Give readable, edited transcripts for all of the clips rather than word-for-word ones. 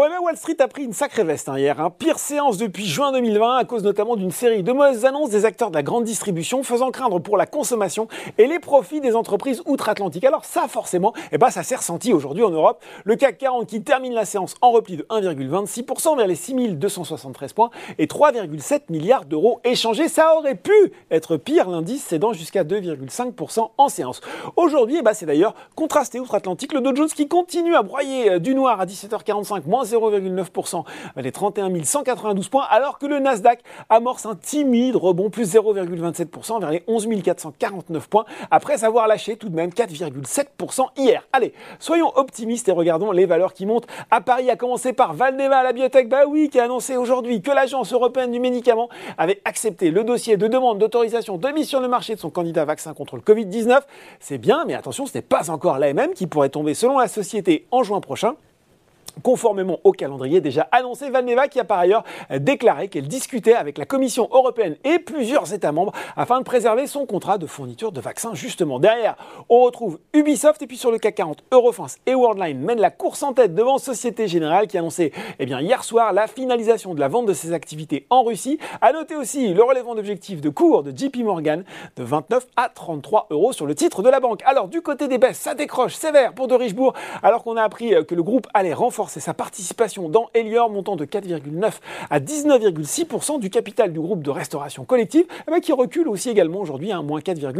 Bon, Wall Street a pris une sacrée veste hier. Pire séance depuis juin 2020 à cause notamment d'une série de mauvaises annonces des acteurs de la grande distribution faisant craindre pour la consommation et les profits des entreprises outre-Atlantique. Alors ça, forcément, ça s'est ressenti aujourd'hui en Europe. Le CAC 40 qui termine la séance en repli de 1,26% vers les 6273 points et 3,7 milliards d'euros échangés. Ça aurait pu être pire, l'indice cédant jusqu'à 2,5% en séance. Aujourd'hui, c'est d'ailleurs contrasté outre-Atlantique. Le Dow Jones qui continue à broyer du noir à 17h45, moins 0,9%, les 31 192 points, alors que le Nasdaq amorce un timide rebond, plus 0,27% vers les 11 449 points, après avoir lâché tout de même 4,7% hier. Allez, soyons optimistes et regardons les valeurs qui montent à Paris, à commencer par Valneva, la biotech, qui a annoncé aujourd'hui que l'Agence européenne du médicament avait accepté le dossier de demande d'autorisation de mise sur le marché de son candidat vaccin contre le Covid-19. C'est bien, mais attention, ce n'est pas encore l'AMM qui pourrait tomber selon la société en juin prochain. Conformément au calendrier déjà annoncé, Valneva qui a par ailleurs déclaré qu'elle discutait avec la Commission européenne et plusieurs États membres afin de préserver son contrat de fourniture de vaccins justement. Derrière, on retrouve Ubisoft et puis sur le CAC 40, Eurofins et Worldline mènent la course en tête devant Société Générale qui annonçait hier soir la finalisation de la vente de ses activités en Russie. À noter aussi le relèvement d'objectifs de cours de JP Morgan de 29 à 33 € sur le titre de la banque. Alors du côté des baisses, ça décroche sévère pour de Richebourg alors qu'on a appris que le groupe allait renforcer sa participation dans Elior, montant de 4,9 à 19,6% du capital du groupe de restauration collective, qui recule aussi également aujourd'hui, moins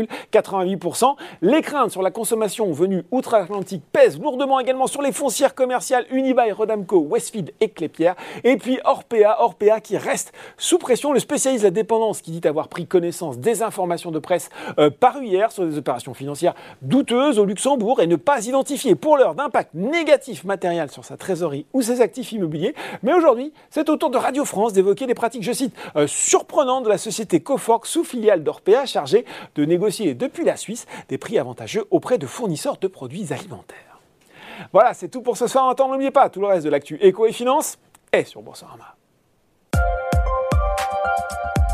4,88%. Les craintes sur la consommation venue outre-Atlantique pèsent lourdement également sur les foncières commerciales Unibail, Rodamco, Westfield et Klépierre. Et puis Orpea qui reste sous pression. Le spécialiste de la dépendance qui dit avoir pris connaissance des informations de presse parues hier sur des opérations financières douteuses au Luxembourg et ne pas identifier pour l'heure d'impact négatif matériel sur sa trésorerie ou ses actifs immobiliers. Mais aujourd'hui, c'est au tour de Radio France d'évoquer des pratiques, je cite, surprenantes de la société Cofork, sous-filiale d'Orpea, chargée de négocier depuis la Suisse des prix avantageux auprès de fournisseurs de produits alimentaires. Voilà, c'est tout pour ce soir. Attends, n'oubliez pas, tout le reste de l'actu éco et finance est sur Boursorama.